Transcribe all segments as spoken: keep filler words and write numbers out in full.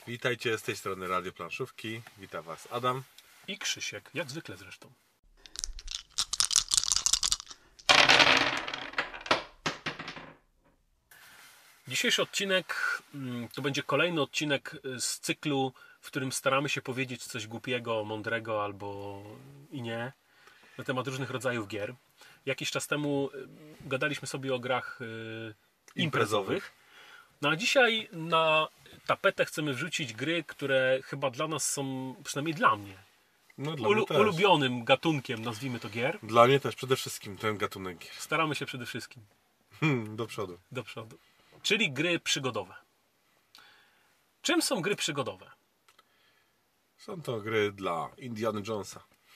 Witajcie, z tej strony Radio Planszówki. Witam Was Adam i Krzysiek, jak zwykle zresztą. Dzisiejszy odcinek to będzie kolejny odcinek z cyklu, w którym staramy się powiedzieć coś głupiego, mądrego albo i nie na temat różnych rodzajów gier. Jakiś czas temu gadaliśmy sobie o grach imprezowych. No a dzisiaj na tapetę chcemy wrzucić gry, które chyba dla nas są, przynajmniej dla mnie, no, dla ulu- mnie też. ulubionym gatunkiem, nazwijmy to, gier. Dla mnie też przede wszystkim ten gatunek gier. Staramy się przede wszystkim. Hmm, do przodu. Do przodu. Czyli gry przygodowe. Czym są gry przygodowe? Są to gry dla Indiana Jonesa.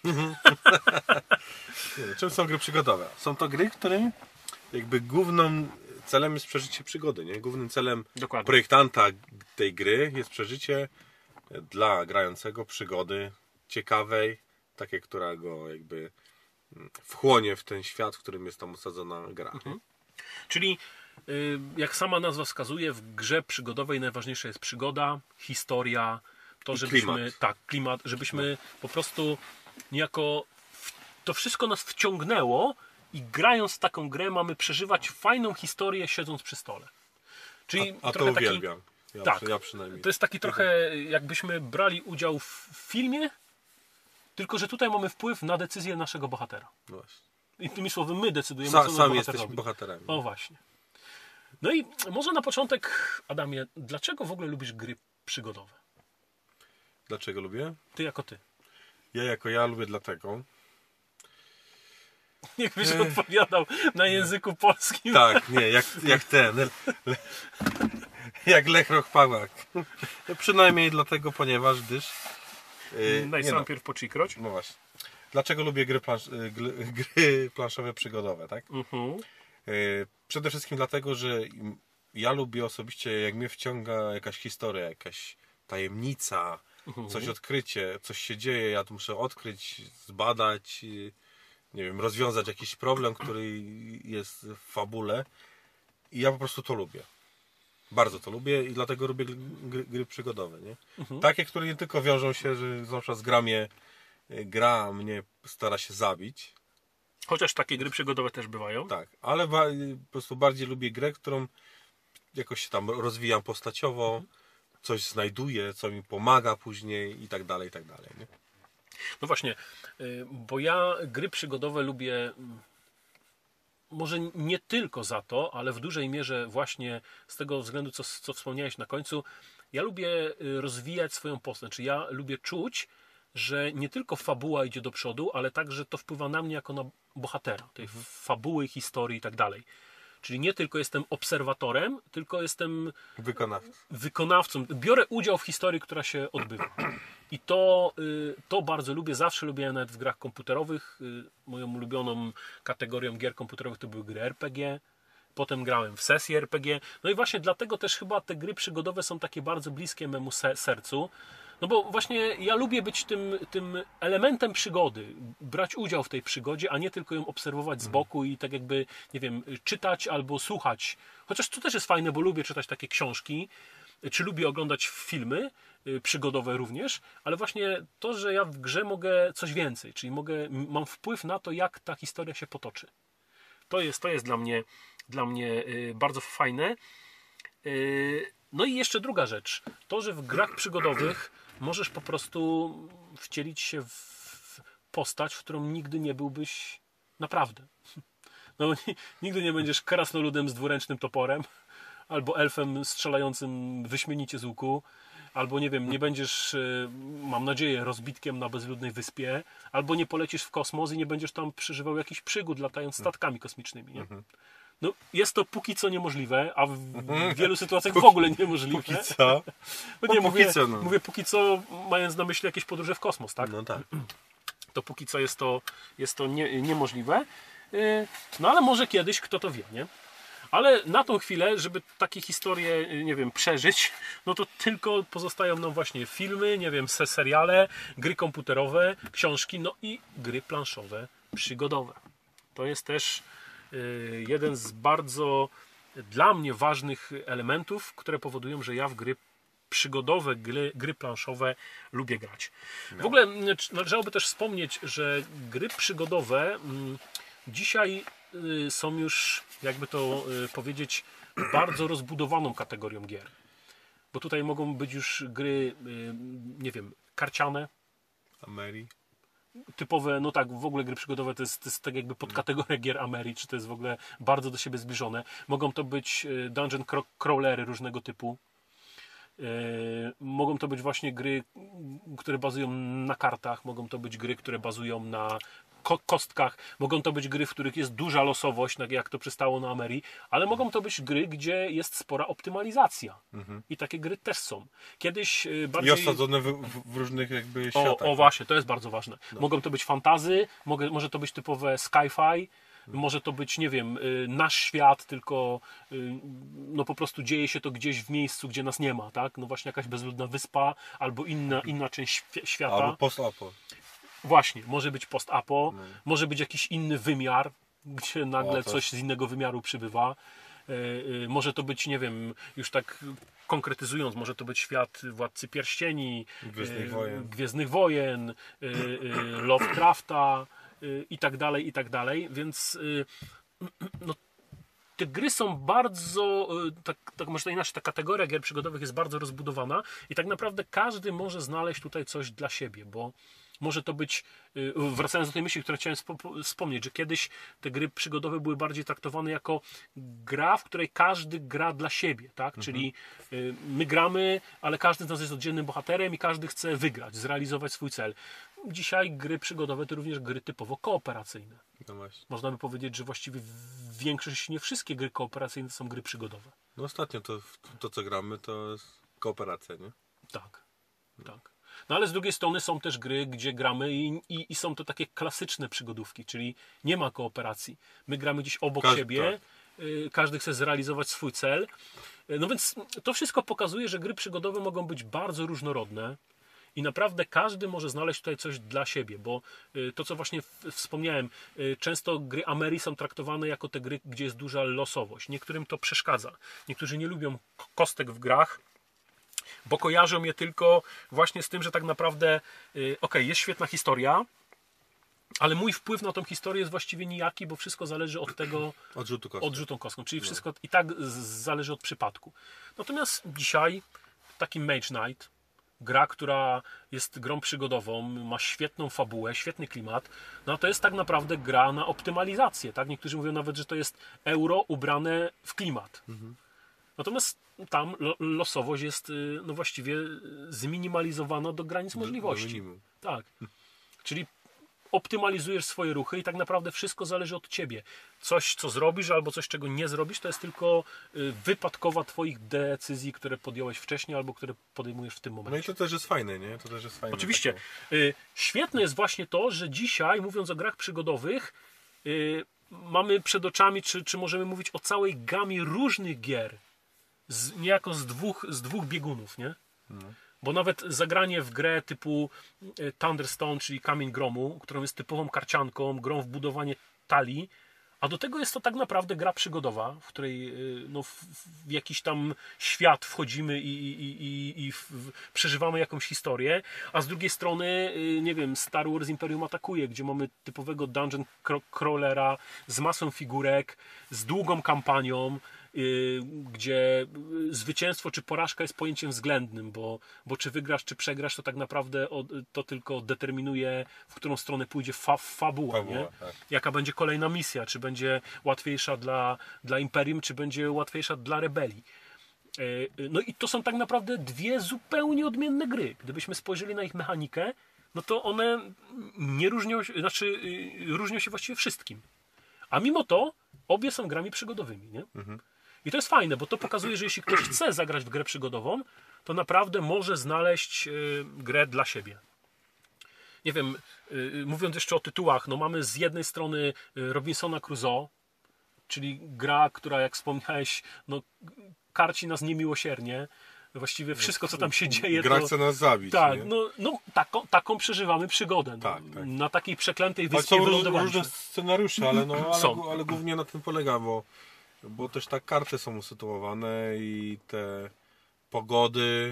Nie, czym są gry przygodowe? Są to gry, którym jakby głównym celem jest przeżycie przygody, nie? Głównym celem Dokładnie. projektanta tej gry jest przeżycie dla grającego przygody ciekawej, takiej, która go jakby wchłonie w ten świat, w którym jest tam osadzona gra. Mhm. Czyli jak sama nazwa wskazuje, w grze przygodowej najważniejsza jest przygoda, historia, to I żebyśmy klimat. tak, klimat, żebyśmy po prostu niejako w, to wszystko nas wciągnęło i grając w taką grę mamy przeżywać fajną historię, siedząc przy stole. Czyli A, a to trochę taki, uwielbiam. Ja, tak, ja przynajmniej. to jest taki trochę jakbyśmy brali udział w filmie, tylko że tutaj mamy wpływ na decyzję naszego bohatera. No właśnie. I tymi słowy my decydujemy, Sa, co nasz sami bohater jesteśmy robi. bohaterami. O właśnie. No i może na początek, Adamie, dlaczego w ogóle lubisz gry przygodowe? Dlaczego lubię? Ty jako ty. Ja jako ja lubię dlatego. Jakbyś eee. odpowiadał na języku polskim. Tak, nie, jak, jak ten. Le, jak Lech Rochpałak. No przynajmniej dlatego, ponieważ gdyż... Yy, Daj sam no. pierw poczikroć. No właśnie. Dlaczego lubię gry, plansz, gry, gry planszowe przygodowe, tak? Uh-huh. Yy, przede wszystkim dlatego, że ja lubię osobiście, jak mnie wciąga jakaś historia, jakaś tajemnica, uh-huh. coś odkrycie, coś się dzieje, ja to muszę odkryć, zbadać, nie wiem, rozwiązać jakiś problem, który jest w fabule i ja po prostu to lubię. Bardzo to lubię i dlatego lubię gry, gry przygodowe, nie? Mhm. Takie, które nie tylko wiążą się, że na przykład gra mnie, gra mnie stara się zabić. Chociaż takie gry przygodowe też bywają. Tak, ale ba, po prostu bardziej lubię grę, którą jakoś się tam rozwijam postaciowo, mhm. coś znajduję, co mi pomaga później i tak dalej, i tak dalej, nie? No właśnie, bo ja gry przygodowe lubię może nie tylko za to, ale w dużej mierze właśnie z tego względu, co, co wspomniałeś na końcu, ja lubię rozwijać swoją postać. Czyli ja lubię czuć, że nie tylko fabuła idzie do przodu, ale także to wpływa na mnie jako na bohatera, tej fabuły, historii i tak dalej. Czyli nie tylko jestem obserwatorem, tylko jestem wykonawcą. wykonawcą. Biorę udział w historii, która się odbywa. I to, to bardzo lubię. Zawsze lubiłem nawet w grach komputerowych. Moją ulubioną kategorią gier komputerowych to były gry er pe gie. Potem grałem w sesje er pe gie. No i właśnie dlatego też chyba te gry przygodowe są takie bardzo bliskie memu sercu. No bo właśnie ja lubię być tym, tym elementem przygody, brać udział w tej przygodzie, a nie tylko ją obserwować z boku i tak jakby, nie wiem, czytać albo słuchać. Chociaż to też jest fajne, bo lubię czytać takie książki, czy lubię oglądać filmy przygodowe również, ale właśnie to, że ja w grze mogę coś więcej, czyli mogę, mam wpływ na to, jak ta historia się potoczy. To jest, to jest dla mnie, dla mnie bardzo fajne. No i jeszcze druga rzecz. To, że w grach przygodowych możesz po prostu wcielić się w postać, w którą nigdy nie byłbyś naprawdę. No, nigdy nie będziesz krasnoludem z dwuręcznym toporem, albo elfem strzelającym wyśmienicie z łuku, albo nie wiem, nie będziesz, mam nadzieję, rozbitkiem na bezludnej wyspie, albo nie polecisz w kosmos i nie będziesz tam przeżywał jakichś przygód latając statkami kosmicznymi. Nie? No, jest to póki co niemożliwe, a w wielu sytuacjach w ogóle niemożliwe. Póki co? No nie, no, mówię, póki co, no. mówię póki co, mając na myśli jakieś podróże w kosmos, tak? No tak. To póki co jest to, jest to nie, niemożliwe. No ale może kiedyś, kto to wie, nie? Ale na tą chwilę, żeby takie historie, nie wiem, przeżyć, no to tylko pozostają nam właśnie filmy, nie wiem, seriale, gry komputerowe, książki, no i gry planszowe przygodowe. To jest też jeden z bardzo dla mnie ważnych elementów, które powodują, że ja w gry przygodowe, gry, gry planszowe lubię grać. No. W ogóle należałoby też wspomnieć, że gry przygodowe m, dzisiaj y, są już, jakby to y, powiedzieć, bardzo rozbudowaną kategorią gier. Bo tutaj mogą być już gry, y, nie wiem, karciane. Ameri. Typowe, no tak, w ogóle gry przygodowe to jest, to jest tak jakby podkategoria gier Ameri, czy to jest w ogóle bardzo do siebie zbliżone. Mogą to być dungeon crawlery różnego typu. Yy, mogą to być właśnie gry, które bazują na kartach, mogą to być gry, które bazują na ko kostkach, mogą to być gry, w których jest duża losowość, jak to przystało na Ameri, ale mogą to być gry, gdzie jest spora optymalizacja. Mhm. I takie gry też są. Kiedyś bardziej... I osadzone w, w, w różnych jakby światach. O, o właśnie, to jest bardzo ważne. No. Mogą to być fantazy, mogę, może to być typowe sci-fi, może to być, nie wiem, nasz świat, tylko no po prostu dzieje się to gdzieś w miejscu, gdzie nas nie ma, tak? No właśnie jakaś bezludna wyspa, albo inna, inna część świata. Albo post-apo. Właśnie, może być post-apo, no. Może być jakiś inny wymiar, gdzie nagle o, to... coś z innego wymiaru przybywa. Yy, może to być, nie wiem, już tak konkretyzując, może to być świat Władcy Pierścieni, Gwiezdnych yy, Wojen, Gwiezdnych Wojen yy, yy, Lovecrafta yy, i tak dalej, i tak dalej, więc yy, no, te gry są bardzo, tak, tak może to inaczej, ta kategoria gier przygodowych jest bardzo rozbudowana i tak naprawdę każdy może znaleźć tutaj coś dla siebie, bo może to być, wracając do tej myśli, którą chciałem wspomnieć, że kiedyś te gry przygodowe były bardziej traktowane jako gra, w której każdy gra dla siebie, tak? Mhm. Czyli my gramy, ale każdy z nas jest oddzielnym bohaterem i każdy chce wygrać, zrealizować swój cel. Dzisiaj gry przygodowe to również gry typowo kooperacyjne. No właśnie. Można by powiedzieć, że właściwie większość, nie wszystkie gry kooperacyjne są gry przygodowe. No ostatnio to, to co gramy, to jest kooperacja, nie? Tak, tak. No ale z drugiej strony są też gry, gdzie gramy i, i, i są to takie klasyczne przygodówki, czyli nie ma kooperacji. My gramy gdzieś obok Każdy, siebie, tak. y, każdy chce zrealizować swój cel. Y, no więc to wszystko pokazuje, że gry przygodowe mogą być bardzo różnorodne i naprawdę każdy może znaleźć tutaj coś dla siebie, bo y, to, co właśnie w, wspomniałem, y, często gry Ameri są traktowane jako te gry, gdzie jest duża losowość. Niektórym to przeszkadza. Niektórzy nie lubią kostek w grach, bo kojarzą je tylko właśnie z tym, że tak naprawdę yy, ok, jest świetna historia, ale mój wpływ na tą historię jest właściwie nijaki, bo wszystko zależy od tego odrzutu kostką, odrzutu kostką czyli wszystko no. i tak z, zależy od przypadku. Natomiast dzisiaj taki Mage Knight, gra, która jest grą przygodową, ma świetną fabułę, świetny klimat, no to jest tak naprawdę gra na optymalizację, tak? Niektórzy mówią nawet, że to jest euro ubrane w klimat. Mhm. Natomiast tam losowość jest no właściwie zminimalizowana do granic możliwości. Tak. Czyli optymalizujesz swoje ruchy i tak naprawdę wszystko zależy od ciebie. Coś, co zrobisz albo coś, czego nie zrobisz, to jest tylko wypadkowa twoich decyzji, które podjąłeś wcześniej albo które podejmujesz w tym momencie. No i to też jest fajne, nie? To też jest fajne. Oczywiście. Takie... Świetne jest właśnie to, że dzisiaj, mówiąc o grach przygodowych, mamy przed oczami, czy, czy możemy mówić o całej gamie różnych gier. Z, niejako z dwóch, z dwóch biegunów, nie? No. Bo nawet zagranie w grę typu Thunderstone, czyli Kamień Gromu, którą jest typową karcianką, grą w budowanie talii, a do tego jest to tak naprawdę gra przygodowa, w której no, w, w jakiś tam świat wchodzimy i, i, i, i w, w, przeżywamy jakąś historię, a z drugiej strony, nie wiem, Star Wars Imperium atakuje, gdzie mamy typowego dungeon crawlera z masą figurek, z długą kampanią, gdzie zwycięstwo czy porażka jest pojęciem względnym, bo, bo czy wygrasz, czy przegrasz, to tak naprawdę to tylko determinuje, w którą stronę pójdzie fa fabuła, fabuła nie? Tak. Jaka będzie kolejna misja, czy będzie łatwiejsza dla, dla Imperium, czy będzie łatwiejsza dla rebelii. No i to są tak naprawdę dwie zupełnie odmienne gry. Gdybyśmy spojrzeli na ich mechanikę, no to one nie różnią się, znaczy różnią się właściwie wszystkim. A mimo to obie są grami przygodowymi, nie? Mhm. I to jest fajne, bo to pokazuje, że jeśli ktoś chce zagrać w grę przygodową, to naprawdę może znaleźć y, grę dla siebie. Nie wiem, y, mówiąc jeszcze o tytułach, no mamy z jednej strony Robinsona Crusoe, czyli gra, która jak wspomniałeś, no, karci nas niemiłosiernie. Właściwie wszystko, co tam się dzieje, gra to... chce nas zabić. Tak, nie? no, no taką, taką przeżywamy przygodę. Tak, tak. Na takiej przeklętej wyspie wylądowaliśmy. Są różne scenariusze, ale, no, ale, ale głównie na tym polega, bo, bo też tak karty są usytuowane i te pogody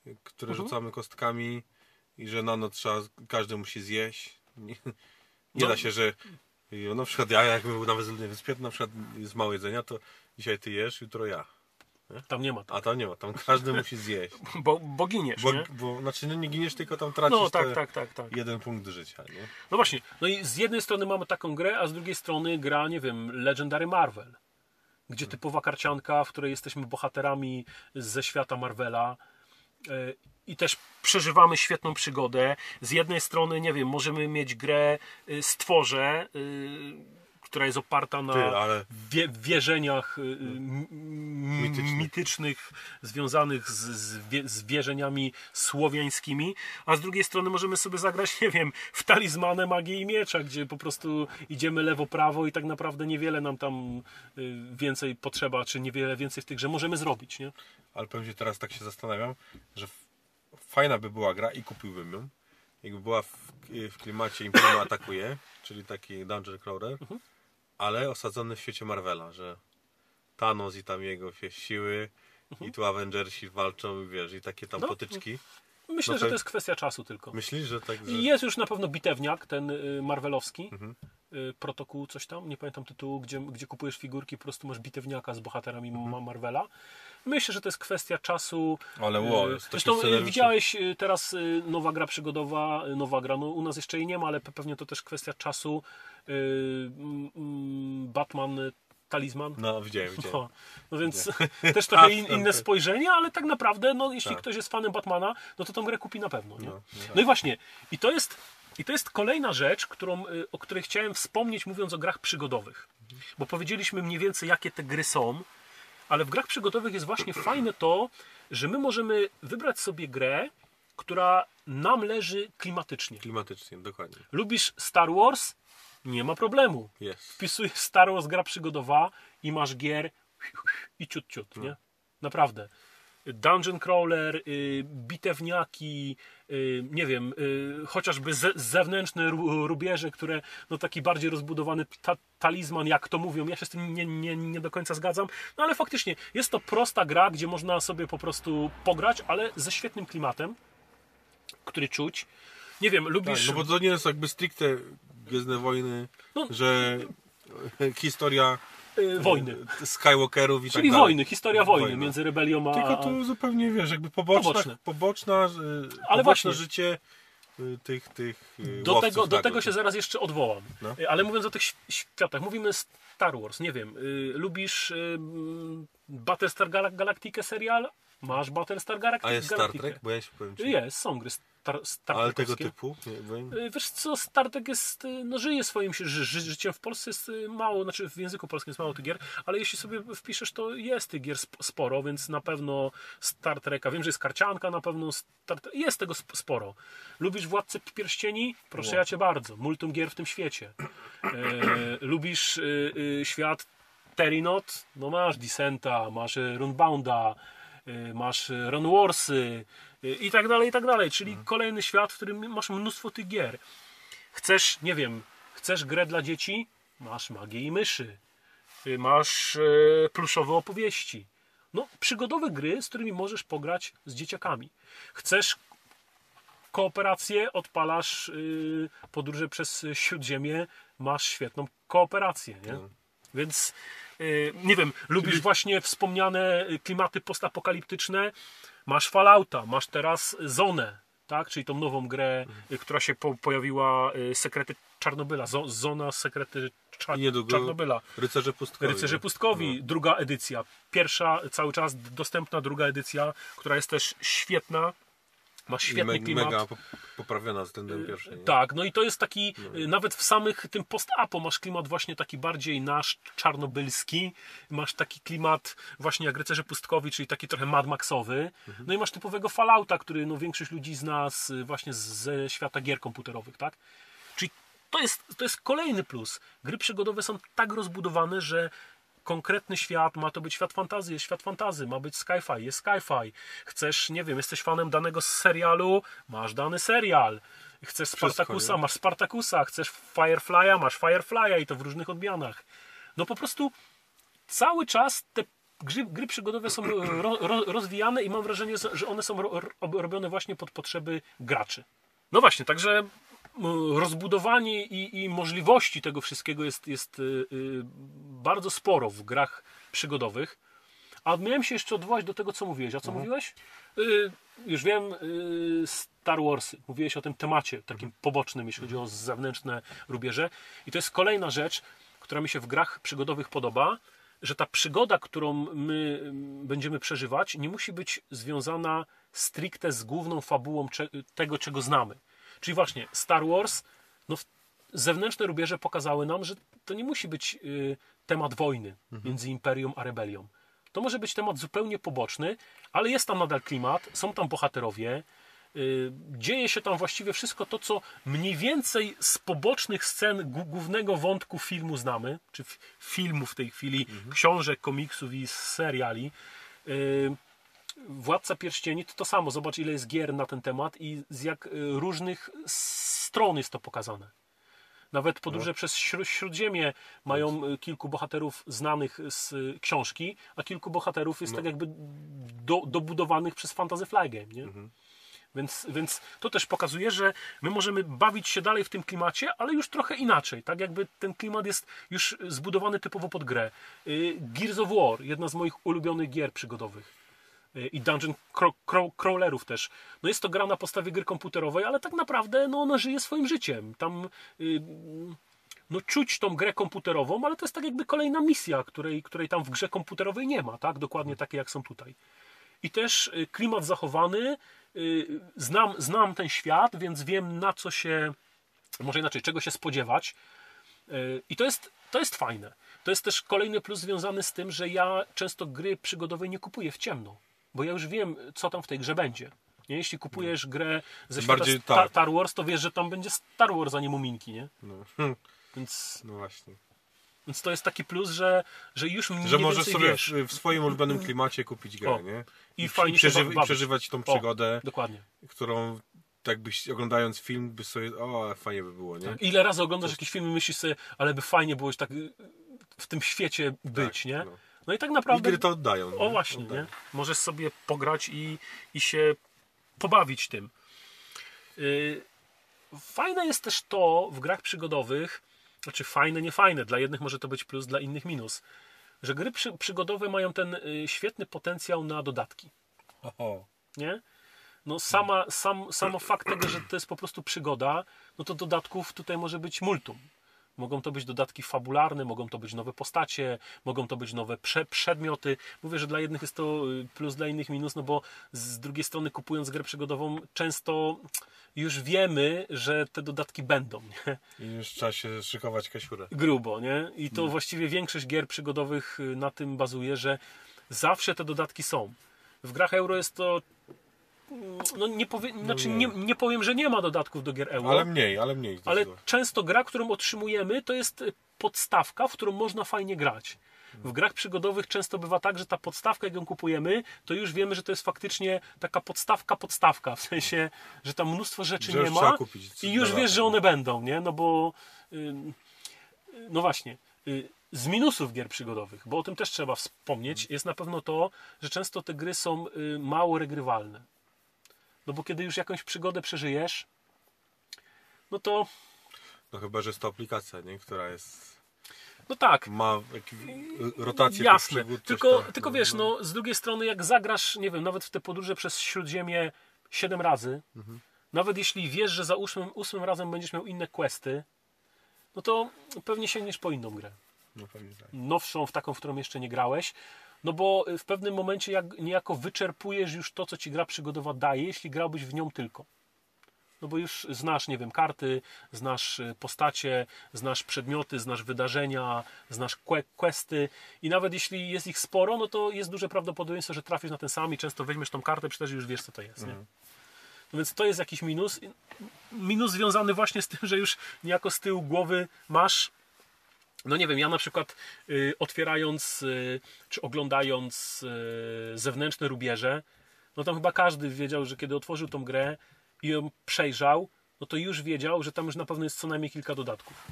które Mhm. rzucamy kostkami i że na noc trzeba, każdy musi zjeść. Nie, nie No. da się, że na przykład ja jakbym był na Weselnej Wyspie, to na przykład jest mało jedzenia, to dzisiaj ty jesz, jutro ja. Tam nie ma. A tam nie ma, tam każdy musi zjeść. Bo, bo giniesz, Bo, nie? bo znaczy no nie giniesz, tylko tam tracisz No tak, te tak, tak, tak. jeden punkt życia, nie? No właśnie, no i z jednej strony mamy taką grę, a z drugiej strony gra, nie wiem, Legendary Marvel, gdzie typowa karcianka, w której jesteśmy bohaterami ze świata Marvela yy, i też przeżywamy świetną przygodę. Z jednej strony, nie wiem, możemy mieć grę yy, Stworze, yy, która jest oparta na Ty, ale wie, wierzeniach yy, m- m- Mitycznych. mitycznych związanych z, z, wie, z wierzeniami słowiańskimi, a z drugiej strony możemy sobie zagrać, nie wiem, w Talizmanę Magii i Miecza, gdzie po prostu idziemy lewo-prawo i tak naprawdę niewiele nam tam y, więcej potrzeba, czy niewiele więcej w tych grze możemy zrobić, nie? Ale powiem ci, teraz tak się zastanawiam, że f- fajna by była gra i kupiłbym ją. Jakby była w, w klimacie Imperium atakuje, czyli taki Dungeon Crawler, Mhm. ale osadzony w świecie Marvela, że Thanos i tam jego wie, siły Mhm. i tu Avengersi walczą, wiesz, i takie tam No. potyczki. Myślę, No że to- to jest kwestia czasu tylko. Myślisz, że tak, że... I jest już na pewno bitewniak, ten y, marvelowski, Mhm. y, protokół coś tam, nie pamiętam tytułu, gdzie, gdzie kupujesz figurki, po prostu masz bitewniaka z bohaterami Mhm. ma Marvela. Myślę, że to jest kwestia czasu. Ale wow, Y, jest taki Zresztą y, scenariusz. widziałeś y, teraz y, nowa gra przygodowa, y, nowa gra, no u nas jeszcze jej nie ma, ale pe- pewnie to też kwestia czasu. Y, mm, mm, Batman y, Talizman. No, widziałem, widziałem. No, no więc też trochę in, Tak, inne tak. spojrzenie, ale tak naprawdę, no, jeśli Tak. ktoś jest fanem Batmana, no to tą grę kupi na pewno. Nie? No, No, no i właśnie, i to jest, i to jest kolejna rzecz, którą, y, o której chciałem wspomnieć, mówiąc o grach przygodowych. Bo powiedzieliśmy mniej więcej, jakie te gry są, ale w grach przygodowych jest właśnie fajne to, że my możemy wybrać sobie grę, która nam leży klimatycznie. Klimatycznie, dokładnie. Lubisz Star Wars? Nie ma problemu. Jest. Wpisujesz Star Wars gra przygodowa i masz gier i ciut ciut, nie? Naprawdę. Dungeon crawler, y, bitewniaki, y, nie wiem, y, chociażby ze, zewnętrzne ru, rubieże, które, no taki bardziej rozbudowany ta, talizman, jak to mówią, ja się z tym nie, nie, nie do końca zgadzam, no ale faktycznie jest to prosta gra, gdzie można sobie po prostu pograć, ale ze świetnym klimatem, który czuć. Nie wiem, Tak, lubisz... no bo to nie jest jakby stricte Gwiezdne Wojny, No. że historia y, wojny. Skywalkerów i Czyli tak dalej. wojny, historia wojny, Wojna. między rebelią a... Tylko tu zupełnie, wiesz, jakby poboczna, Poboczne. poboczna, y, Ale poboczne właśnie. życie y, tych, tych y, Do łowców tego, do nagród. tego się zaraz jeszcze odwołam. No. Y, Ale mówiąc o tych ś- światach, mówimy Star Wars, nie wiem, y, lubisz y, mm, Battlestar Gal- Galactica serial? Masz Battlestar Galactica? A jest Star Trek? Bo ja się powiem ci. Jest, są gry Star, Star Ale tego Trekowskie. typu? Nie, bo... Y, Wiesz co, Star Trek jest, y, no żyje swoim ży, ży, życiem. W Polsce jest y, mało, znaczy w języku polskim jest mało tych gier, ale jeśli sobie wpiszesz, to jest tych gier sp- sporo, więc na pewno Star Treka, wiem, że jest karcianka, na pewno Star Trek, jest tego sp- sporo. Lubisz Władcę Pierścieni? Proszę Wow. ja cię bardzo. Multum gier w tym świecie. E, lubisz y, y, świat Terrinot? No masz Descenta, masz y, Runebounda, y, masz y, Run Warsy, i tak dalej, i tak dalej. Czyli kolejny świat, w którym masz mnóstwo tych gier. Chcesz, nie wiem, chcesz grę dla dzieci? Masz Magię i Myszy. Y, Masz e, pluszowe opowieści. No, przygodowe gry, z którymi możesz pograć z dzieciakami. Chcesz kooperację? Odpalasz y, podróże przez Śródziemie. Masz świetną kooperację, nie? No. Więc, y, nie wiem, lubisz właśnie wspomniane klimaty postapokaliptyczne? Masz Fallouta, masz teraz Zonę, tak? Czyli tą nową grę, y, która się po, pojawiła, y, Sekrety Czarnobyla, Zo, Zona Sekrety Czar, I niedługo Czarnobyla. Rycerze Pustkowi. Rycerze no. Pustkowi, druga edycja. Pierwsza cały czas dostępna, druga edycja, która jest też świetna. Ma I świetny me, klimat. mega po- poprawiona względem pierwszej. nie? Tak, no i to jest taki, y, nawet w samych tym post-apo masz klimat właśnie taki bardziej nasz, czarnobylski, masz taki klimat właśnie jak Rycerze Pustkowi, czyli taki trochę Mad Maxowy, no i masz typowego Fallouta, który no większość ludzi zna z, właśnie z- ze świata gier komputerowych, tak? Czyli to jest, to jest kolejny plus. Gry przygodowe są tak rozbudowane, że konkretny świat, ma to być świat fantasy, jest świat fantasy, ma być sci-fi, jest sci-fi. Chcesz, nie wiem, jesteś fanem danego serialu, masz dany serial. Chcesz Spartakusa, nie? masz Spartakusa, chcesz Firefly'a, masz Firefly'a i to w różnych odmianach. No po prostu cały czas te gry, gry przygodowe są ro, ro, rozwijane i mam wrażenie, że one są ro, ro, robione właśnie pod potrzeby graczy. No właśnie, także rozbudowanie i, i możliwości tego wszystkiego jest, jest yy, bardzo sporo w grach przygodowych. A miałem się jeszcze odwołać do tego, co mówiłeś. A co mhm. mówiłeś? Yy, już wiem, yy, Star Warsy. Mówiłeś o tym temacie takim pobocznym, jeśli chodzi o zewnętrzne rubieże. I to jest kolejna rzecz, która mi się w grach przygodowych podoba, że ta przygoda, którą my będziemy przeżywać, nie musi być związana stricte z główną fabułą tego, czego znamy. Czyli właśnie Star Wars, no zewnętrzne rubieże pokazały nam, że to nie musi być y, temat wojny mhm. między Imperium a Rebelią. To może być temat zupełnie poboczny, ale jest tam nadal klimat, są tam bohaterowie, y, dzieje się tam właściwie wszystko to, co mniej więcej z pobocznych scen głównego wątku filmu znamy, czy filmu w tej chwili, mhm. książek, komiksów i seriali. Y, Władca Pierścieni to to samo. Zobacz, ile jest gier na ten temat i z jak różnych stron jest to pokazane. Nawet podróże no. przez Śródziemie mają kilku bohaterów znanych z książki, a kilku bohaterów jest no. tak jakby do, dobudowanych przez Fantasy Flight Game, nie? Mhm. Więc, więc to też pokazuje, że my możemy bawić się dalej w tym klimacie, ale już trochę inaczej. Tak jakby ten klimat jest już zbudowany typowo pod grę. Gears of War, jedna z moich ulubionych gier przygodowych. I Dungeon Crawlerów też. No jest to gra na podstawie gry komputerowej, ale tak naprawdę no ona żyje swoim życiem. Tam yy, no czuć tą grę komputerową, ale to jest tak jakby kolejna misja, której, której tam w grze komputerowej nie ma, tak? Dokładnie takie jak są tutaj. I też yy, klimat zachowany. Yy, znam, znam ten świat, więc wiem na co się, może inaczej, czego się spodziewać. Yy, I to jest, to jest fajne. To jest też kolejny plus związany z tym, że ja często gry przygodowej nie kupuję w ciemno. Bo ja już wiem, co tam w tej grze będzie. Nie? Jeśli kupujesz grę ze świata Bardziej, Star, tak. Star Wars, to wiesz, że tam będzie Star Wars, a nie muminki, nie? No, więc, no właśnie. Więc to jest taki plus, że, że już mniej Że możesz sobie wiesz. w, w swoim ulubionym klimacie kupić grę, o, nie? I, I, fajnie i, przeży, się i przeżywać tą przygodę, o, dokładnie. którą tak byś oglądając film, by sobie, o, fajnie by było, nie? Tak. Ile razy oglądasz jakiś film i myślisz sobie, ale by fajnie było tak w tym świecie być, tak, nie? No. No i tak naprawdę... I gry to oddają. O właśnie, oddają. Nie? Możesz sobie pograć i, i się pobawić tym. Yy, fajne jest też to w grach przygodowych, znaczy fajne, nie fajne, dla jednych może to być plus, dla innych minus, że gry przy, przygodowe mają ten y, świetny potencjał na dodatki. Oho. Nie? No sama, sam, samo fakt tego, że to jest po prostu przygoda, no to dodatków tutaj może być multum. Mogą to być dodatki fabularne, mogą to być nowe postacie, mogą to być nowe prze przedmioty. Mówię, że dla jednych jest to plus, dla innych minus, no bo z drugiej strony kupując grę przygodową często już wiemy, że te dodatki będą. Nie? I już trzeba się szykować kasiurę. Grubo, nie? I to hmm. właściwie większość gier przygodowych na tym bazuje, że zawsze te dodatki są. W grach euro jest to no nie, powie, no znaczy nie, nie powiem, że nie ma dodatków do gier euro. Ale mniej, ale mniej. Ale często gra, którą otrzymujemy, to jest podstawka, w którą można fajnie grać. W grach przygodowych często bywa tak, że ta podstawka, jak ją kupujemy, to już wiemy, że to jest faktycznie taka podstawka, podstawka. W sensie, że tam mnóstwo rzeczy że nie ma kupić, i już wiesz, że one będą, nie? No bo yy, no właśnie, yy, z minusów gier przygodowych, bo o tym też trzeba wspomnieć, jest na pewno to, że często te gry są yy, mało regrywalne. No bo kiedy już jakąś przygodę przeżyjesz, no to... No chyba, że jest to aplikacja, nie? Która jest... No tak. Ma rotację Jasne. przygód, tylko, tak, tylko no, wiesz, no. no z drugiej strony jak zagrasz, nie wiem, nawet w te podróże przez Śródziemie siedem razy, mhm. nawet jeśli wiesz, że za ósmym, ósmym razem będziesz miał inne questy, no to pewnie sięgniesz po inną grę. No pewnie tak. Nowszą, w taką, w którą jeszcze nie grałeś. No bo w pewnym momencie jak, niejako wyczerpujesz już to, co ci gra przygodowa daje, jeśli grałbyś w nią tylko. No bo już znasz, nie wiem, karty, znasz postacie, znasz przedmioty, znasz wydarzenia, znasz que questy i nawet jeśli jest ich sporo, no to jest duże prawdopodobieństwo, że trafisz na ten sam i często weźmiesz tą kartę, przecież już wiesz, co to jest. Nie? Mhm. No więc to jest jakiś minus. Minus związany właśnie z tym, że już niejako z tyłu głowy masz. No nie wiem, ja na przykład y, otwierając y, czy oglądając y, zewnętrzne rubieże, no tam chyba każdy wiedział, że kiedy otworzył tą grę i ją przejrzał, no to już wiedział, że tam już na pewno jest co najmniej kilka dodatków.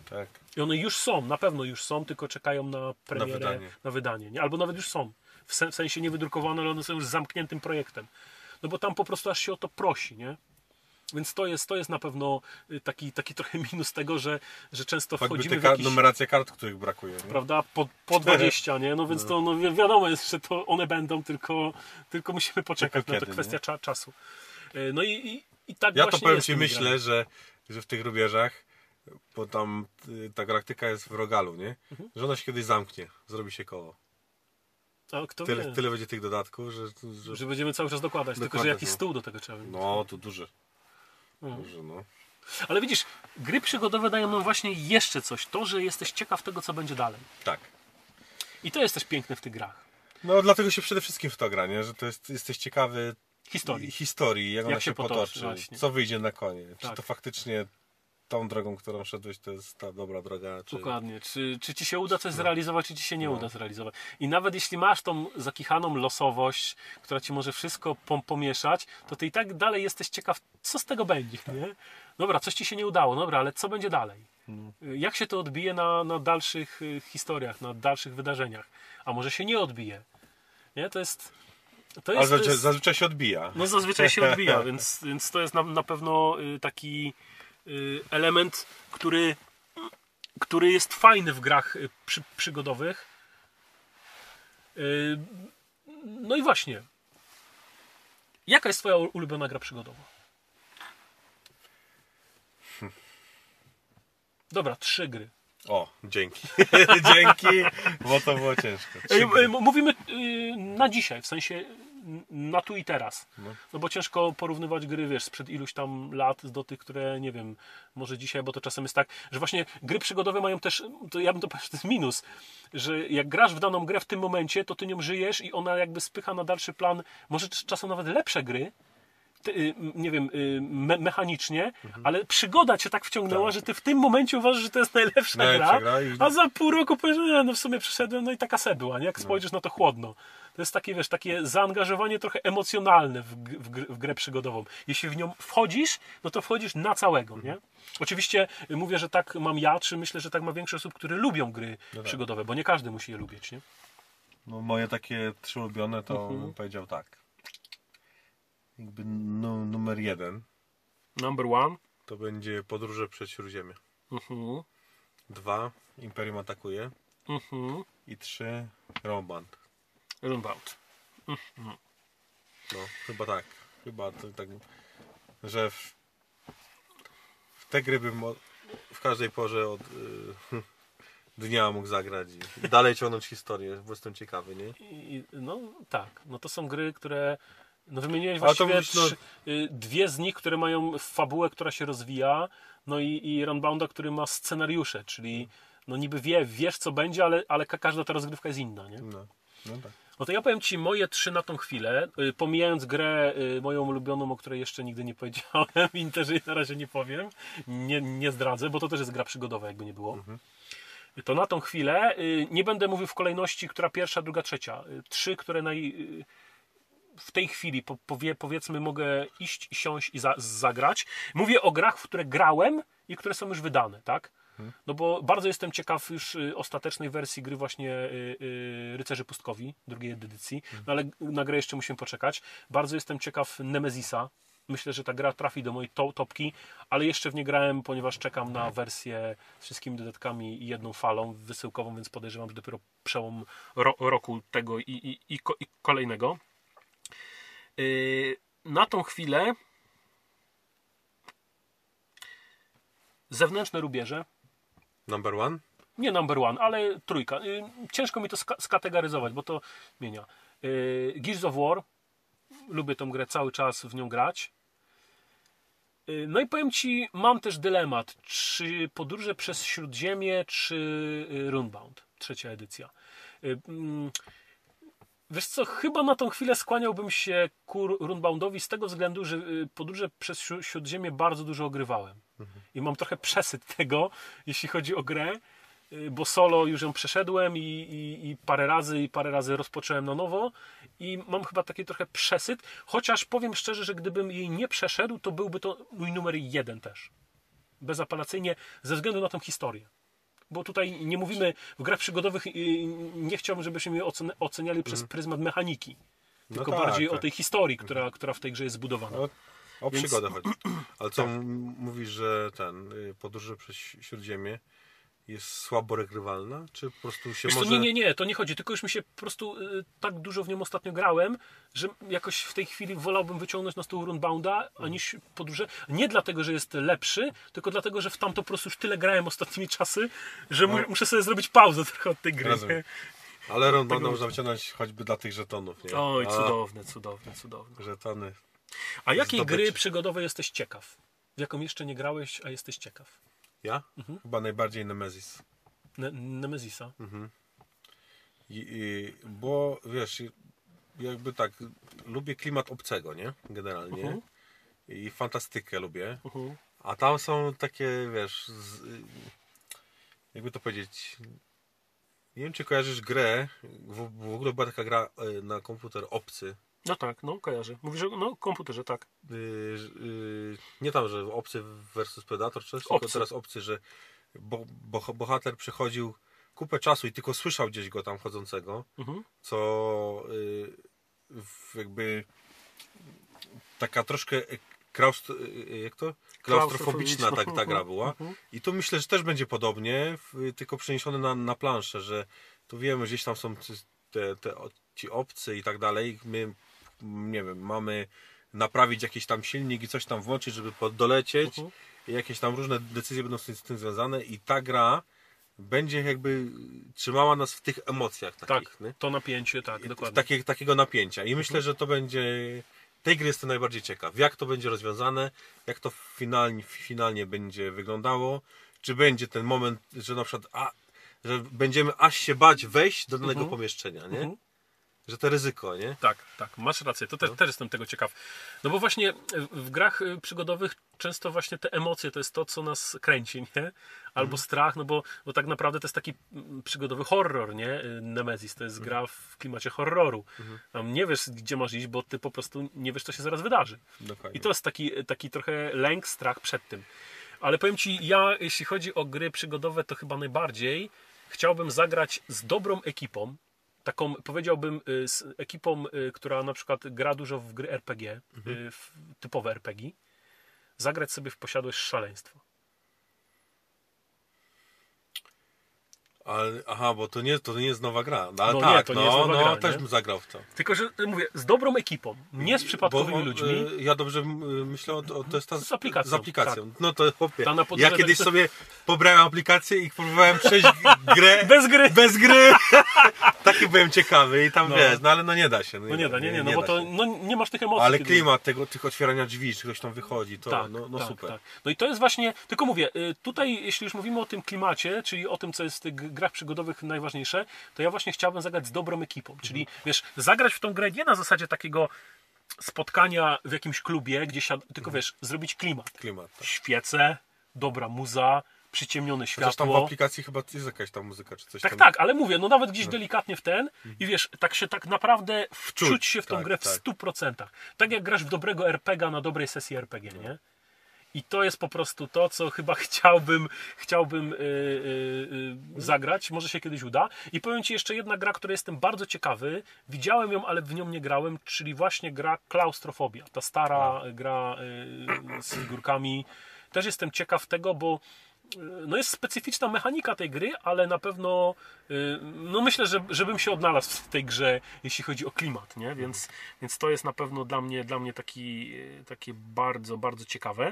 Tak. I one już są, na pewno już są, tylko czekają na premierę, Na wydanie. na wydanie nie? Albo nawet już są. W, sen, w sensie nie wydrukowane, ale one są już z zamkniętym projektem. No bo tam po prostu aż się o to prosi, nie? Więc to jest, to jest na pewno taki, taki trochę minus tego, że, że często Choćby wchodzimy te w kar- jakiś... numeracja kart, których brakuje. Nie? Prawda? Po, po dwadzieścia, nie? No więc to no, wi- wiadomo jest, że to one będą, tylko, tylko musimy poczekać. Tylko No to kiedy, kwestia nie? cza, czasu. E, No i, i, i tak Ja to właśnie powiem jest Ci, z tymi myślę, grami. że, że w tych rubieżach, bo tam y, ta galaktyka jest w Rogalu, nie? Mhm. Że ona się kiedyś zamknie, zrobi się koło. A kto Tyle, wie, tyle będzie tych dodatków, że... że... że będziemy cały czas dokładać, tylko że Dokładać, jakiś no. stół do tego trzeba mieć. No, to duży. Mhm. duży no. Ale widzisz, gry przygodowe dają nam właśnie jeszcze coś. To, że jesteś ciekaw tego, co będzie dalej. Tak. I to jest też piękne w tych grach. No, dlatego się przede wszystkim w to gra, nie? Że to jest, jesteś ciekawy Historii. historii, jak, ona Jak się się potoczy, potoczy, właśnie. co wyjdzie na konie. Czy Tak. to faktycznie tą drogą, którą szedłeś, to jest ta dobra droga, czy... Dokładnie. Czy, czy ci się uda coś zrealizować, czy ci się nie No. uda zrealizować. I nawet jeśli masz tą zakichaną losowość, która ci może wszystko pom- pomieszać, to ty i tak dalej jesteś ciekaw, co z tego będzie. Nie? Dobra, coś ci się nie udało, dobra, ale co będzie dalej? Jak się to odbije na, na dalszych y, historiach, na dalszych wydarzeniach? A może się nie odbije? Nie? To jest... To Ale jest, to zazwyczaj, jest zazwyczaj się odbija. no zazwyczaj się odbija, więc, więc to jest na, na pewno y, taki y, element, który, który jest fajny w grach y, przy, przygodowych. Y, No i właśnie. Jaka jest twoja ulubiona gra przygodowa? Dobra, trzy gry. O, dzięki. dzięki, bo to było ciężko. Trzy Ej, gry. ej, Mówimy y, na dzisiaj, w sensie y, na tu i teraz. No. No bo ciężko porównywać gry, wiesz, sprzed iluś tam lat do tych, które, nie wiem, może dzisiaj, bo to czasem jest tak, że właśnie gry przygodowe mają też, to ja bym to powiedział, to jest minus, że jak grasz w daną grę w tym momencie, to ty nią żyjesz i ona jakby spycha na dalszy plan, może też czasem nawet lepsze gry, ty, y, nie wiem, y, me, mechanicznie, ale przygoda cię tak wciągnęła, Tak. że ty w tym momencie uważasz, że to jest najlepsza, Najlepsza gra, gra i- a za pół roku powiesz, nie, no w sumie przeszedłem, no i taka se była, nie? Jak spojrzysz na to chłodno. To jest takie, wiesz, takie zaangażowanie trochę emocjonalne w, g- w, gr- w grę przygodową. Jeśli w nią wchodzisz, no to wchodzisz na całego, nie? Oczywiście y, mówię, że tak mam ja, czy myślę, że tak ma większość osób, które lubią gry tak. przygodowe, bo nie każdy musi je lubić, nie? No, moje takie trzy ulubione to Mhm. bym powiedział tak. Jakby nu- numer jeden Number one. to będzie Podróże przez Śródziemie. Mhm. Dwa, Imperium atakuje. Mhm. I trzy, Romband. Runbound. No, chyba tak. Chyba to, tak, że w, w te gry bym o, w każdej porze od y, dnia mógł zagrać i dalej ciągnąć historię, bo jestem ciekawy, nie? I, no tak, no to są gry, które no wymieniłeś Ale to właściwie już, no- trzy, y, dwie z nich, które mają fabułę, która się rozwija, no i, i Runbounda, który ma scenariusze, czyli no niby wie, wiesz co będzie, ale, ale ka- każda ta rozgrywka jest inna, nie? No, no tak. No to ja powiem Ci moje trzy na tą chwilę, y, pomijając grę y, moją ulubioną, o której jeszcze nigdy nie powiedziałem i też jej na razie nie powiem, nie, nie zdradzę, bo to też jest gra przygodowa, jakby nie było. To na tą chwilę y, nie będę mówił w kolejności, która pierwsza, druga, trzecia. Y, Trzy, które naj, y, w tej chwili po, powie, powiedzmy mogę iść, siąść i za, zagrać. Mówię o grach, w które grałem i które są już wydane, tak? No bo bardzo jestem ciekaw już y, ostatecznej wersji gry właśnie y, y, Rycerzy Pustkowi, drugiej edycji, no ale na grę jeszcze musimy poczekać. Bardzo jestem ciekaw Nemezisa. Myślę, że ta gra trafi do mojej to, topki, ale jeszcze w nie grałem, ponieważ czekam na wersję z wszystkimi dodatkami i jedną falą wysyłkową, więc podejrzewam, że dopiero przełom ro, roku tego i, i, i, ko, i kolejnego. Yy, na tą chwilę zewnętrzne rubieże. Number one? Nie number one, ale trójka. Yy, ciężko mi to ska- skategoryzować, bo to zmienia. Yy, Gears of War. Lubię tą grę cały czas w nią grać. Yy, no i powiem Ci, mam też dylemat. Czy Podróże przez Śródziemie, czy yy, Runbound, trzecia edycja. Yy, mm, Wiesz co, chyba na tą chwilę skłaniałbym się ku Runboundowi z tego względu, że y, Podróże przez Śró- Śródziemie bardzo dużo ogrywałem. I mam trochę przesyt tego, jeśli chodzi o grę, y, bo solo już ją przeszedłem i, i, i parę razy i parę razy rozpocząłem na nowo i mam chyba taki trochę przesyt, chociaż powiem szczerze, że gdybym jej nie przeszedł, to byłby to mój numer jeden też. Bezapelacyjnie, ze względu na tę historię. bo tutaj nie mówimy w grach przygodowych, nie chciałbym, żebyśmy je oceniali przez pryzmat mechaniki, tylko no tak, bardziej tak. o tej historii, która, która w tej grze jest zbudowana. O, o Więc... przygodę chodzi. Ale co, tak. mówisz, że ten, podróże przez Śródziemie jest słabo regrywalna? Czy po prostu się Wiesz, może... to nie, nie, nie, to nie chodzi, tylko już mi się po prostu y, tak dużo w nią ostatnio grałem, że jakoś w tej chwili wolałbym wyciągnąć na stół Runbounda, aniż podróże. Nie dlatego, że jest lepszy, tylko dlatego, że w tamto po prostu już tyle grałem ostatnimi czasy, że mu, no. muszę sobie zrobić pauzę trochę od tej gry. Rozumiem. Ale Runbounda tego... można wyciągnąć choćby dla tych żetonów, nie? Oj, cudowne, A, cudowne, cudowne. Żetony. A jakiej zdobyć. Gry przygodowej jesteś ciekaw? W jaką jeszcze nie grałeś, a jesteś ciekaw? Ja? Mhm. Chyba najbardziej Nemesis. Ne Nemezisa. Mhm. I, i, bo wiesz, jakby tak, lubię klimat obcego, nie? Generalnie. Uh -huh. I fantastykę lubię. Uh -huh. A tam są takie, wiesz, z, jakby to powiedzieć, nie wiem, czy kojarzysz grę, w, w ogóle była taka gra na komputer Obcy. No tak, no kojarzę. Mówisz o no, komputerze, tak. Yy, yy, nie tam, że Obcy versus Predator, czy coś, tylko teraz Obcy, że bo, bo, bohater przechodził kupę czasu i tylko słyszał gdzieś go tam chodzącego, mhm. co y, jakby taka troszkę klaustr, jak to? klaustrofobiczna ta, ta gra była. Mhm. I tu myślę, że też będzie podobnie, tylko przeniesione na, na planszę, że tu wiemy, gdzieś tam są te, te, ci obcy i tak dalej. My, nie wiem, mamy naprawić jakiś tam silnik i coś tam włączyć, żeby dolecieć. Mhm. I jakieś tam różne decyzje będą z tym związane i ta gra będzie jakby trzymała nas w tych emocjach takich. Tak, nie? To napięcie, tak, dokładnie. Takie, takiego napięcia. I myślę, że to będzie... Tej gry jestem najbardziej ciekaw. Jak to będzie rozwiązane, jak to finalnie, finalnie będzie wyglądało. Czy będzie ten moment, że na przykład a, że będziemy aż się bać wejść do danego uh-huh. pomieszczenia, nie? Uh-huh. Że to ryzyko, nie? Tak, tak, masz rację, to te, no. też jestem tego ciekaw. No bo właśnie w grach przygodowych często właśnie te emocje to jest to, co nas kręci, nie? Albo mhm. strach, no bo, bo tak naprawdę to jest taki przygodowy horror, nie? Nemesis to jest mhm. gra w klimacie horroru. Mhm. Tam nie wiesz, gdzie masz iść, bo ty po prostu nie wiesz, co się zaraz wydarzy. Dokładnie. I to jest taki, taki trochę lęk, strach przed tym. Ale powiem Ci, ja jeśli chodzi o gry przygodowe, to chyba najbardziej chciałbym zagrać z dobrą ekipą, taką, powiedziałbym, z ekipą, która na przykład gra dużo w gry er pe gie, mhm. typowe er pe gie, zagrać sobie w Posiadłość Szaleństwa. Ale, aha, bo to nie, to nie jest nowa gra. No, ale no tak, nie, to no, nie jest nowa no, gra, też nie? bym zagrał w to. Tylko, że mówię, z dobrą ekipą, nie z przypadkowymi bo, ludźmi. Ja dobrze myślę, o, o, to jest ta z aplikacją. Z aplikacją. Tak. No to chłopie, ja kiedyś sobie pobrałem aplikację i próbowałem przejść grę bez gry. Bez gry. Taki byłem ciekawy i tam no. wiesz, no ale no nie da się. No nie, no nie da, nie, nie, no nie bo to no, nie masz tych emocji. Ale klimat tego, tych otwierania drzwi, czy ktoś tam wychodzi, to tak, no, no tak, super. Tak. No i to jest właśnie, tylko mówię, tutaj jeśli już mówimy o tym klimacie, czyli o tym, co jest w tych grach przygodowych najważniejsze, to ja właśnie chciałbym zagrać z dobrą ekipą. Czyli mhm. wiesz, zagrać w tą grę nie na zasadzie takiego spotkania w jakimś klubie, gdzie siad... tylko mhm. wiesz, zrobić klimat. Klimat tak. Świece, dobra muza, przyciemnione światło. Chociaż tam w aplikacji chyba jest jakaś tam muzyka czy coś tak, tam. Tak, ale mówię, no nawet gdzieś no. delikatnie w ten mhm. i wiesz, tak się tak naprawdę wczuć Czuć, się w tą tak, grę w tak. stu procentach. Tak jak grasz w dobrego er pe gie na dobrej sesji er pe gie, no. nie? I to jest po prostu to, co chyba chciałbym, chciałbym yy, yy, yy, zagrać. Może się kiedyś uda. I powiem Ci jeszcze jedna gra, której jestem bardzo ciekawy. Widziałem ją, ale w nią nie grałem, czyli właśnie gra Klaustrofobia. Ta stara no. gra yy, z figurkami. Też jestem ciekaw tego, bo no jest specyficzna mechanika tej gry, ale na pewno no myślę, że żebym się odnalazł w tej grze, jeśli chodzi o klimat, nie? Więc, więc to jest na pewno dla mnie, dla mnie taki, takie bardzo, bardzo ciekawe.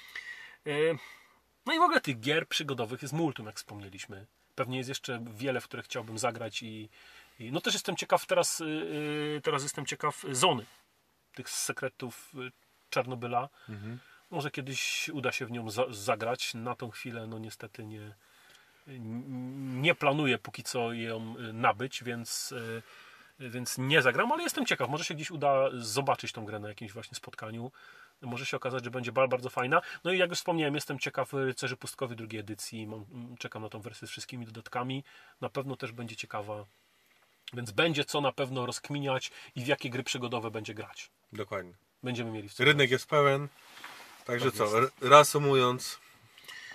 No i w ogóle tych gier przygodowych jest multum, jak wspomnieliśmy. Pewnie jest jeszcze wiele, w które chciałbym zagrać i, i no też jestem ciekaw teraz, teraz jestem ciekaw Zony, tych sekretów Czarnobyla. Mhm. Może kiedyś uda się w nią za zagrać. Na tą chwilę no niestety nie, nie planuję póki co ją nabyć, więc, więc nie zagram, ale jestem ciekaw. Może się gdzieś uda zobaczyć tą grę na jakimś właśnie spotkaniu. Może się okazać, że będzie bardzo fajna. No i jak już wspomniałem, jestem ciekaw Rycerzy Pustkowi drugiej edycji. Mam, czekam na tą wersję z wszystkimi dodatkami. Na pewno też będzie ciekawa. Więc będzie co na pewno rozkminiać i w jakie gry przygodowe będzie grać. Dokładnie. Będziemy mieli w co Rynek grać. jest pełen. Także tak co, reasumując,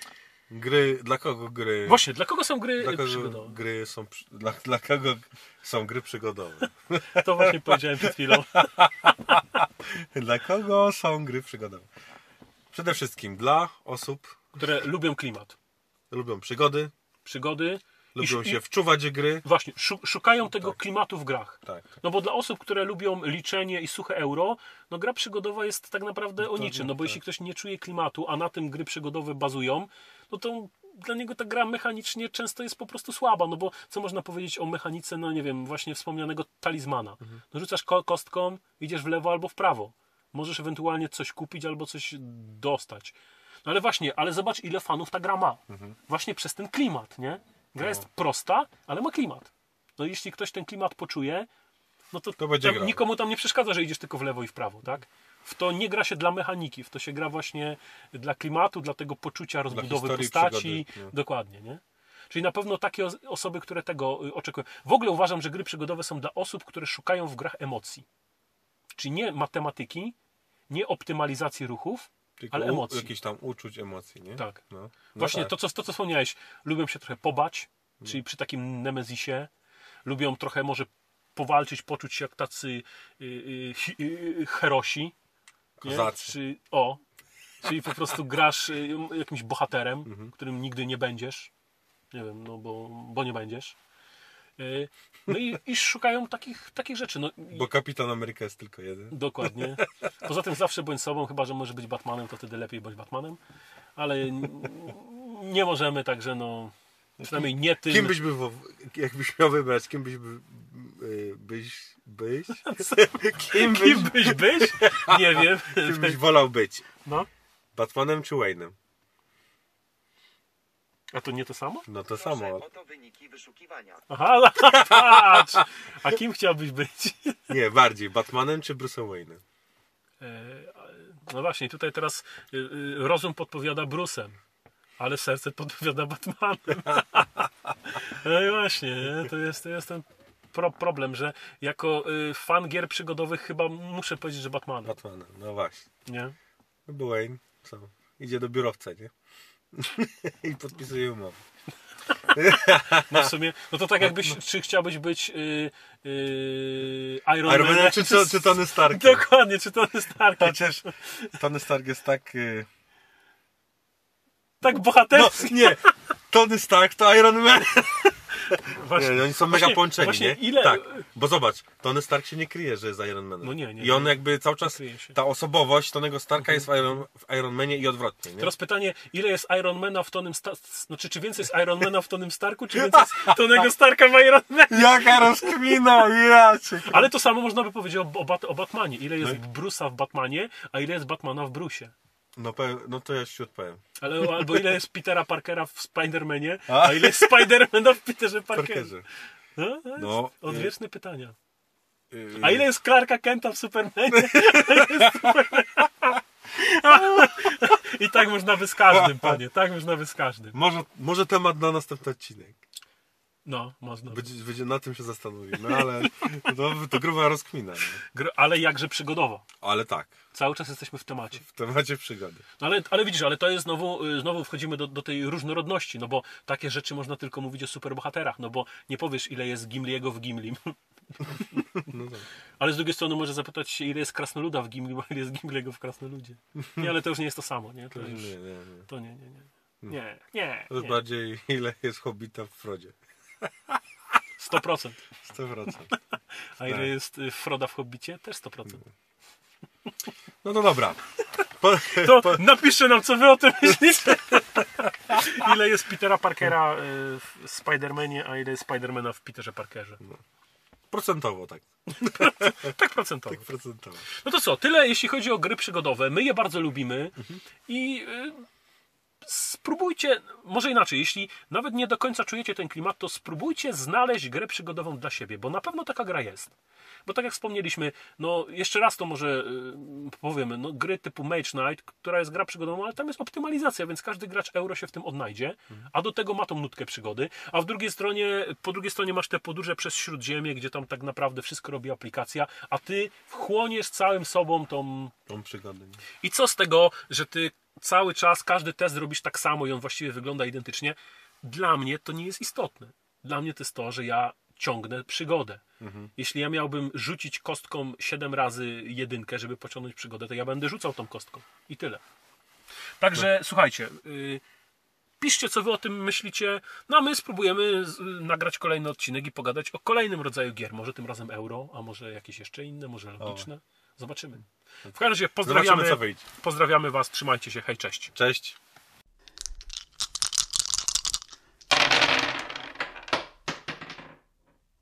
Gry, dla kogo gry? Właśnie, dla kogo są gry dla kogo przygodowe? Gry są, przy- dla, dla kogo są gry przygodowe? To właśnie powiedziałem przed chwilą. Dla kogo są gry przygodowe? Przede wszystkim dla osób, Które lubią klimat. lubią przygody, Przygody. lubią i, się wczuwać w gry. Właśnie, szu- szukają tego klimatu w grach. Tak. No bo dla osób, które lubią liczenie i suche euro, no gra przygodowa jest tak naprawdę o niczym. No bo tak. jeśli ktoś nie czuje klimatu, a na tym gry przygodowe bazują, no to dla niego ta gra mechanicznie często jest po prostu słaba. No bo co można powiedzieć o mechanice, no nie wiem, właśnie wspomnianego talizmana. Mhm. No rzucasz ko- kostką, idziesz w lewo albo w prawo. Możesz ewentualnie coś kupić albo coś dostać. No ale właśnie, ale zobacz ile fanów ta gra ma. Mhm. Właśnie przez ten klimat, nie? Gra No. jest prosta, ale ma klimat. No jeśli ktoś ten klimat poczuje, no to, To będzie tam, grał. nikomu tam nie przeszkadza, że idziesz tylko w lewo i w prawo, tak? W to nie gra się dla mechaniki, w to się gra właśnie dla klimatu, dla tego poczucia rozbudowy historii, postaci. przygody, no. Dokładnie, nie? Czyli na pewno takie os- osoby, które tego y, oczekują. W ogóle uważam, że gry przygodowe są dla osób, które szukają w grach emocji. Czyli nie matematyki, nie optymalizacji ruchów, Tylko ale u- emocji. Jakieś tam uczuć, emocji, nie? Tak. No. No Właśnie tak. to, co, to, co wspomniałeś, lubią się trochę pobać, czyli przy takim Nemezisie, lubią trochę może powalczyć, poczuć się jak tacy y, y, hi- y, herosi. Nie? Kozacy. Czy, o, czyli po prostu grasz y, jakimś bohaterem, Mhm. którym nigdy nie będziesz. Nie wiem, no bo, bo nie będziesz. Y, No i, i szukają takich, takich rzeczy. No, i- Bo Kapitan Ameryka jest tylko jeden. Dokładnie. Poza tym zawsze bądź sobą, chyba że możesz być Batmanem, to wtedy lepiej bądź Batmanem. Ale n- nie możemy, także no. Przynajmniej nie ty. Kim byś był, wo- jakbyś miał wybrać, kim byś by, y, byś, byś? Kim byś, Kim byś byś? Nie wiem. kim byś wolał być? No. Batmanem czy Wayne'em? A to nie to samo? No to Proszę, samo. oto wyniki wyszukiwania. Aha, patrz. A kim chciałbyś być? Nie, bardziej. Batmanem czy Bruce'em Wayne'em? E, No właśnie, tutaj teraz y, y, rozum podpowiada Bruce'em, ale serce podpowiada Batmanem. No i właśnie, nie? To jest, to jest ten pro, problem, że jako y, fan gier przygodowych chyba muszę powiedzieć, że Batmanem. Batmanem, no właśnie. Nie? No bo Wayne, co? Idzie do biurowca, nie? I podpisuje umowę. No w sumie, no to tak jakbyś, czy chciałbyś być y, y, Iron, Iron Man Manem, czy, czy, czy Tony Stark? Dokładnie, czy Tony Stark. Chociaż Tony Stark jest tak... y, Tak No bohaterski. nie, Tony Stark to Iron Man. Właśnie. Nie, oni są mega Właśnie- połączeni, właśnie nie? ile- Tak, bo zobacz, Tony Stark się nie kryje, że jest Iron Manem. No nie, nie, I on nie. jakby cały czas, kryje się. ta osobowość Tonego Starka jest w Iron, w Iron Manie i odwrotnie, nie? Teraz pytanie, ile jest Ironmana w Tonym Starku? Znaczy, czy więcej jest Ironmana w Tonym Starku, czy więcej jest Tonego Starka w Ironmanie? Jaka rozkmina, ja cię... Ale to samo można by powiedzieć o, o, Bat, o Batmanie. Ile jest No Bruce'a w Batmanie, a ile jest Batmana w Bruce'ie. No, pe- no to ja ci odpowiem. Ale, albo ile jest Petera Parkera w Spider-Manie, A? a ile jest Spidermana w Peterze Parkerze. Parkerze. No, to jest No, odwieczne pytania. Yy, A ile jest Clarka Kenta w Supermanie? I tak można by z każdym, panie. Tak można by z każdym. Może, może temat na następny odcinek. No, można. by. Będzie, będzie na tym się zastanowimy, ale to, to gruba rozkmina. Nie? Gr- Ale jakże przygodowo. Ale tak, Cały czas jesteśmy w temacie. w temacie przygody. No ale, ale widzisz, ale to jest znowu, y, znowu wchodzimy do, do tej różnorodności, no bo takie rzeczy można tylko mówić o superbohaterach, no bo nie powiesz, ile jest Gimliego w Gimlim. No tak. Ale z drugiej strony może zapytać się, ile jest Krasnoluda w Gimlim, a ile jest Gimliego w Krasnoludzie. Nie, ale to już nie jest to samo, nie? To, Nie, już, nie, nie. to nie, nie, nie. Nie, nie, To jest nie. bardziej ile jest Hobbita w Frodzie. sto procent. sto procent. A ile Tak. jest y, Froda w Hobbicie? Też sto procent. No to dobra. Po, To po, napiszcie nam, co wy o tym myślicie. Ile jest Petera Parkera y, w Spider-Manie, a ile jest Spidermana w Peterze Parkerze. procentowo tak. Tak procentowo. Tak procentowo. No to co, tyle jeśli chodzi o gry przygodowe. My je bardzo lubimy i y, spróbujcie, może inaczej, jeśli nawet nie do końca czujecie ten klimat, to spróbujcie znaleźć grę przygodową dla siebie, bo na pewno taka gra jest. Bo tak jak wspomnieliśmy, no jeszcze raz to może y, powiemy, no gry typu Mage Knight, która jest gra przygodowa, ale tam jest optymalizacja, więc każdy gracz euro się w tym odnajdzie, a do tego ma tą nutkę przygody, a w drugiej stronie, po drugiej stronie masz te podróże przez Śródziemie, gdzie tam tak naprawdę wszystko robi aplikacja, a ty wchłoniesz całym sobą tą... Tą przygodę. Nie? I co z tego, że ty cały czas każdy test robisz tak samo i on właściwie wygląda identycznie, dla mnie to nie jest istotne. Dla mnie to jest to, że ja ciągnę przygodę. Mhm. Jeśli ja miałbym rzucić kostką siedem razy jedynkę, żeby pociągnąć przygodę, to ja będę rzucał tą kostką. I tyle. Także no. słuchajcie, yy, piszcie, co wy o tym myślicie. No a my spróbujemy z, nagrać kolejny odcinek i pogadać o kolejnym rodzaju gier. Może tym razem euro, a może jakieś jeszcze inne, może logiczne. O. Zobaczymy. W każdym razie pozdrawiamy, pozdrawiamy was, trzymajcie się, hej, cześć. Cześć.